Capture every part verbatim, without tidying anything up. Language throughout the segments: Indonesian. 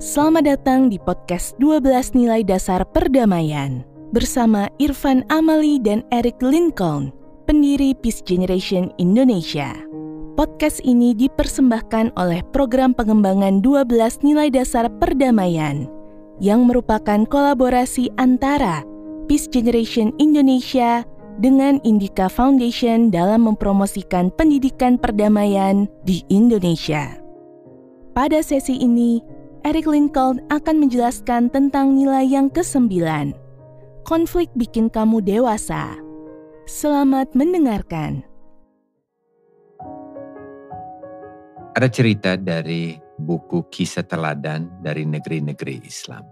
Selamat datang di podcast dua belas Nilai Dasar Perdamaian bersama Irfan Amali dan Eric Lincoln, pendiri Peace Generation Indonesia. Podcast ini dipersembahkan oleh Program Pengembangan dua belas Nilai Dasar Perdamaian yang merupakan kolaborasi antara Peace Generation Indonesia dengan Indika Foundation dalam mempromosikan pendidikan perdamaian di Indonesia. Pada sesi ini, Eric Lincoln akan menjelaskan tentang nilai yang kesembilan. Konflik bikin kamu dewasa. Selamat mendengarkan. Ada cerita dari buku Kisah Teladan dari Negeri-Negeri Islam.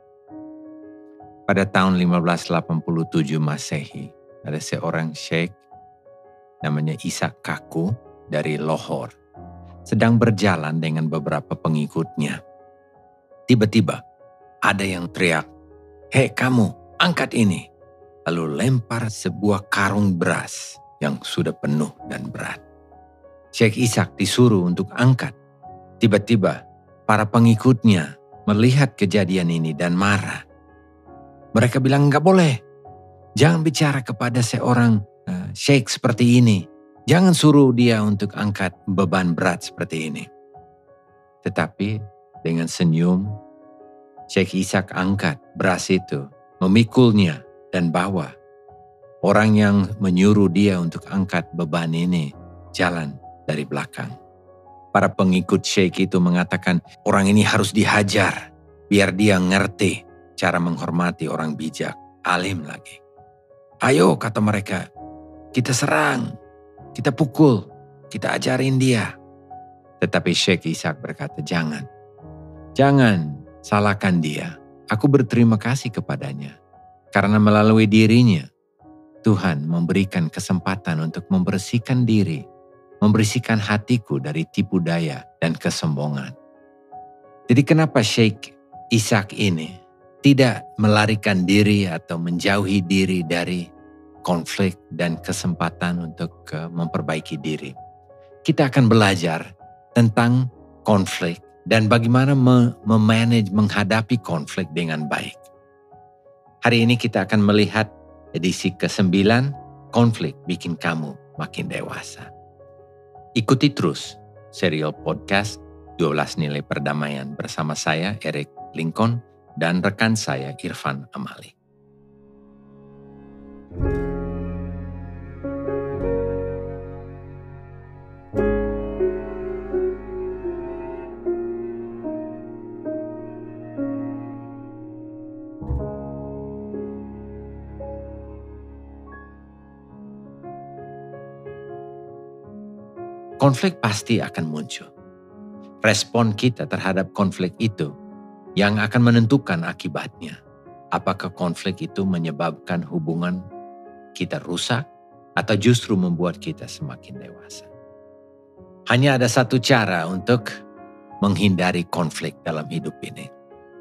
Pada tahun lima belas delapan puluh tujuh Masehi, ada seorang syekh namanya Ishaq Kaku dari Lahore, sedang berjalan dengan beberapa pengikutnya. Tiba-tiba ada yang teriak, "Hei kamu, angkat ini!" Lalu lempar sebuah karung beras yang sudah penuh dan berat. Syekh Ishaq disuruh untuk angkat. Tiba-tiba para pengikutnya melihat kejadian ini dan marah. Mereka bilang, "Enggak boleh. Jangan bicara kepada seorang uh, syekh seperti ini. Jangan suruh dia untuk angkat beban berat seperti ini." Tetapi dengan senyum, Syekh Ishaq angkat beras itu, memikulnya dan bawa. Orang yang menyuruh dia untuk angkat beban ini jalan dari belakang. Para pengikut Syekh itu mengatakan, orang ini harus dihajar biar dia ngerti cara menghormati orang bijak, alim lagi. "Ayo," kata mereka, "kita serang, kita pukul, kita ajarin dia." Tetapi Syekh Ishaq berkata, "Jangan. Jangan salahkan dia. Aku berterima kasih kepadanya. Karena melalui dirinya, Tuhan memberikan kesempatan untuk membersihkan diri, membersihkan hatiku dari tipu daya dan kesombongan." Jadi kenapa Syekh Ishaq ini tidak melarikan diri atau menjauhi diri dari konflik dan kesempatan untuk memperbaiki diri? Kita akan belajar tentang konflik dan bagaimana memanage, menghadapi konflik dengan baik. Hari ini kita akan melihat edisi kesembilan, konflik bikin kamu makin dewasa. Ikuti terus serial podcast dua belas Nilai Perdamaian bersama saya Eric Lincoln dan rekan saya Irfan Amali. Konflik pasti akan muncul. Respon kita terhadap konflik itu yang akan menentukan akibatnya. Apakah konflik itu menyebabkan hubungan kita rusak atau justru membuat kita semakin dewasa? Hanya ada satu cara untuk menghindari konflik dalam hidup ini.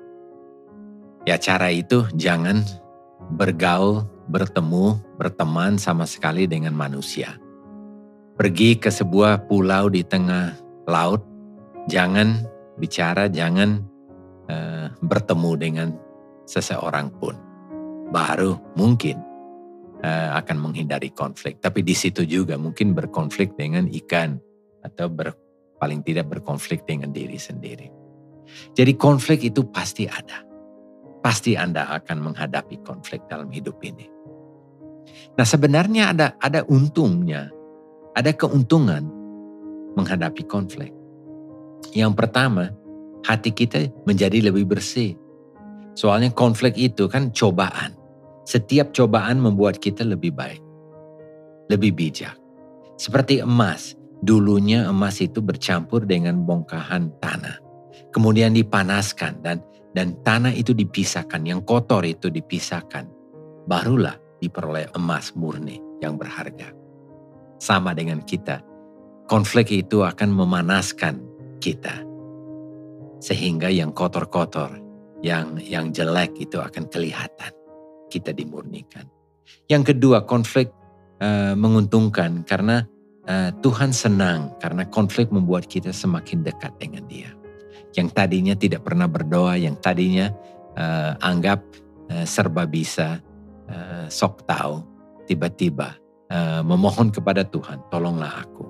Ya, cara itu jangan bergaul, bertemu, berteman sama sekali dengan manusia. Pergi ke sebuah pulau di tengah laut, jangan bicara, jangan uh, bertemu dengan seseorang pun. Baru mungkin uh, akan menghindari konflik. Tapi di situ juga mungkin berkonflik dengan ikan atau ber, paling tidak berkonflik dengan diri sendiri. Jadi konflik itu pasti ada. Pasti Anda akan menghadapi konflik dalam hidup ini. Nah, sebenarnya ada ada untungnya. Ada keuntungan menghadapi konflik. Yang pertama, hati kita menjadi lebih bersih. Soalnya konflik itu kan cobaan. Setiap cobaan membuat kita lebih baik, lebih bijak. Seperti emas, dulunya emas itu bercampur dengan bongkahan tanah. Kemudian dipanaskan dan dan tanah itu dipisahkan, yang kotor itu dipisahkan. Barulah diperoleh emas murni yang berharga. Sama dengan kita, konflik itu akan memanaskan kita. Sehingga yang kotor-kotor, yang yang jelek itu akan kelihatan. Kita dimurnikan. Yang kedua, konflik uh, menguntungkan karena uh, Tuhan senang karena konflik membuat kita semakin dekat dengan Dia. Yang tadinya tidak pernah berdoa, yang tadinya uh, anggap uh, serba bisa, uh, sok tahu, tiba-tiba uh, memohon kepada Tuhan, tolonglah aku.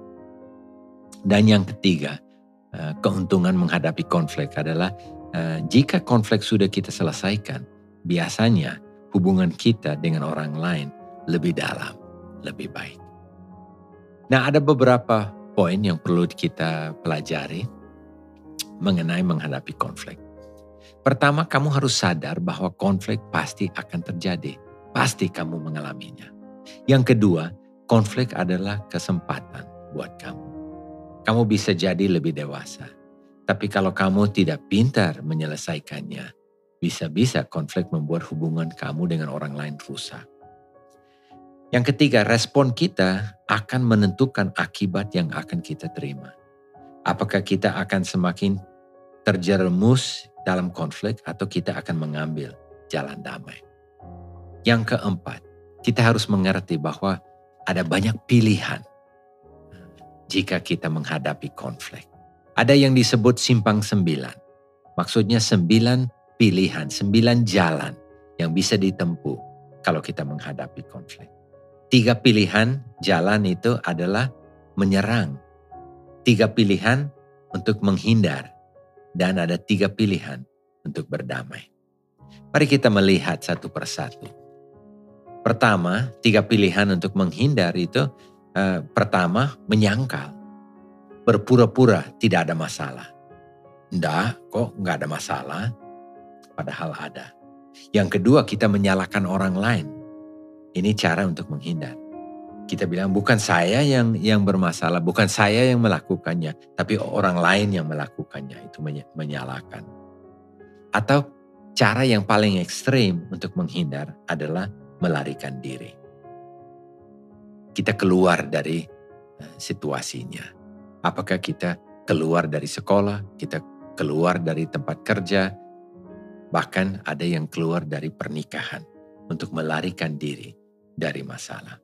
Dan yang ketiga, uh, keuntungan menghadapi konflik adalah uh, jika konflik sudah kita selesaikan, biasanya hubungan kita dengan orang lain lebih dalam, lebih baik. Nah, ada beberapa poin yang perlu kita pelajari mengenai menghadapi konflik. Pertama, kamu harus sadar bahwa konflik pasti akan terjadi. Pasti kamu mengalaminya. Yang kedua, konflik adalah kesempatan buat kamu. Kamu bisa jadi lebih dewasa. Tapi kalau kamu tidak pintar menyelesaikannya, bisa-bisa konflik membuat hubungan kamu dengan orang lain rusak. Yang ketiga, respon kita akan menentukan akibat yang akan kita terima. Apakah kita akan semakin terjerumus dalam konflik atau kita akan mengambil jalan damai. Yang keempat, kita harus mengerti bahwa ada banyak pilihan jika kita menghadapi konflik. Ada yang disebut simpang sembilan. Maksudnya sembilan pilihan, sembilan jalan yang bisa ditempuh kalau kita menghadapi konflik. Tiga pilihan jalan itu adalah menyerang. Tiga pilihan untuk menghindar. Dan ada tiga pilihan untuk berdamai. Mari kita melihat satu persatu. Pertama, tiga pilihan untuk menghindar itu eh, pertama, menyangkal. Berpura-pura tidak ada masalah. Nggak, kok nggak ada masalah? Padahal ada. Yang kedua, kita menyalahkan orang lain. Ini cara untuk menghindar. Kita bilang bukan saya yang yang bermasalah, bukan saya yang melakukannya, tapi orang lain yang melakukannya, itu menyalahkan. Atau cara yang paling ekstrim untuk menghindar adalah melarikan diri. Kita keluar dari situasinya. Apakah kita keluar dari sekolah, kita keluar dari tempat kerja, bahkan ada yang keluar dari pernikahan untuk melarikan diri dari masalah.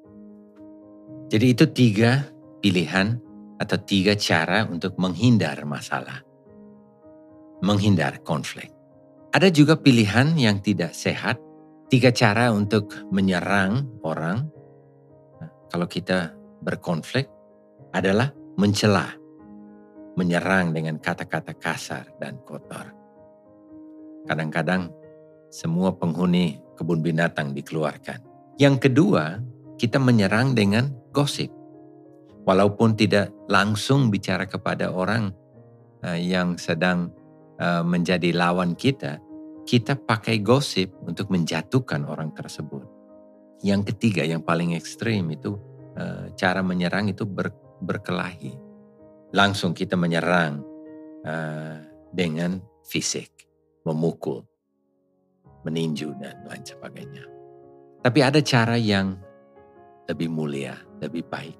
Jadi itu tiga pilihan atau tiga cara untuk menghindar masalah. Menghindar konflik. Ada juga pilihan yang tidak sehat. Tiga cara untuk menyerang orang. Nah, kalau kita berkonflik adalah mencela. Menyerang dengan kata-kata kasar dan kotor. Kadang-kadang semua penghuni kebun binatang dikeluarkan. Yang kedua, kita menyerang dengan gosip. Walaupun tidak langsung bicara kepada orang uh, yang sedang uh, menjadi lawan kita, kita pakai gosip untuk menjatuhkan orang tersebut. Yang ketiga, yang paling ekstrim itu uh, cara menyerang itu ber, berkelahi. Langsung kita menyerang uh, dengan fisik, memukul, meninju dan lain sebagainya. Tapi ada cara yang lebih mulia, lebih baik.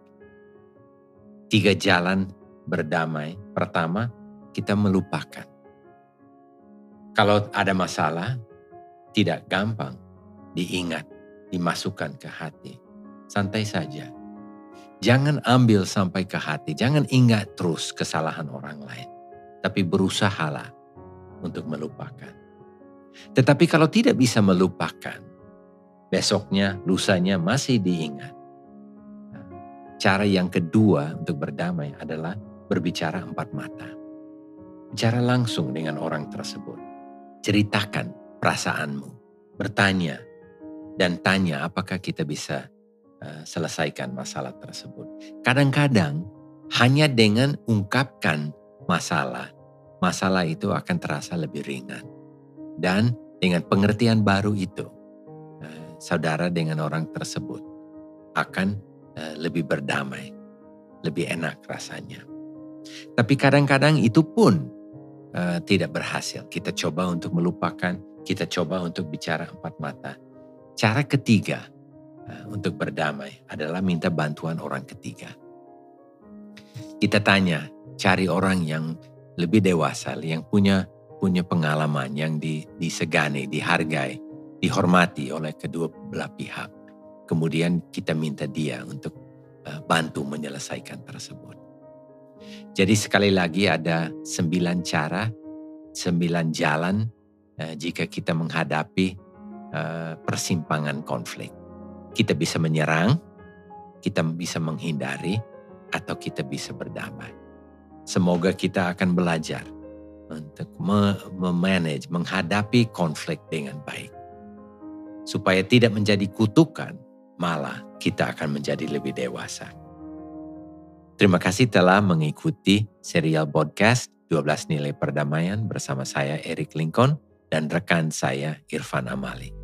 Tiga jalan berdamai. Pertama, kita melupakan. Kalau ada masalah, tidak gampang diingat, dimasukkan ke hati. Santai saja. Jangan ambil sampai ke hati. Jangan ingat terus kesalahan orang lain. Tapi berusahalah untuk melupakan. Tetapi kalau tidak bisa melupakan, besoknya, lusanya masih diingat. Cara yang kedua untuk berdamai adalah berbicara empat mata. Bicara langsung dengan orang tersebut. Ceritakan perasaanmu. Bertanya dan tanya apakah kita bisa uh, selesaikan masalah tersebut. Kadang-kadang hanya dengan ungkapkan masalah, masalah itu akan terasa lebih ringan. Dan dengan pengertian baru itu, uh, saudara dengan orang tersebut akan lebih berdamai, lebih enak rasanya. Tapi kadang-kadang itu pun uh, tidak berhasil. Kita coba untuk melupakan, kita coba untuk bicara empat mata. Cara ketiga uh, untuk berdamai adalah minta bantuan orang ketiga. Kita tanya, cari orang yang lebih dewasa, yang punya punya pengalaman, yang di, disegani, dihargai, dihormati oleh kedua belah pihak. Kemudian kita minta dia untuk uh, bantu menyelesaikan tersebut. Jadi sekali lagi ada sembilan cara, sembilan jalan uh, jika kita menghadapi uh, persimpangan konflik. Kita bisa menyerang, kita bisa menghindari, atau kita bisa berdamai. Semoga kita akan belajar untuk memanage, menghadapi konflik dengan baik. Supaya tidak menjadi kutukan, malah kita akan menjadi lebih dewasa. Terima kasih telah mengikuti serial podcast dua belas Nilai Perdamaian bersama saya Eric Lincoln dan rekan saya Irfan Amali.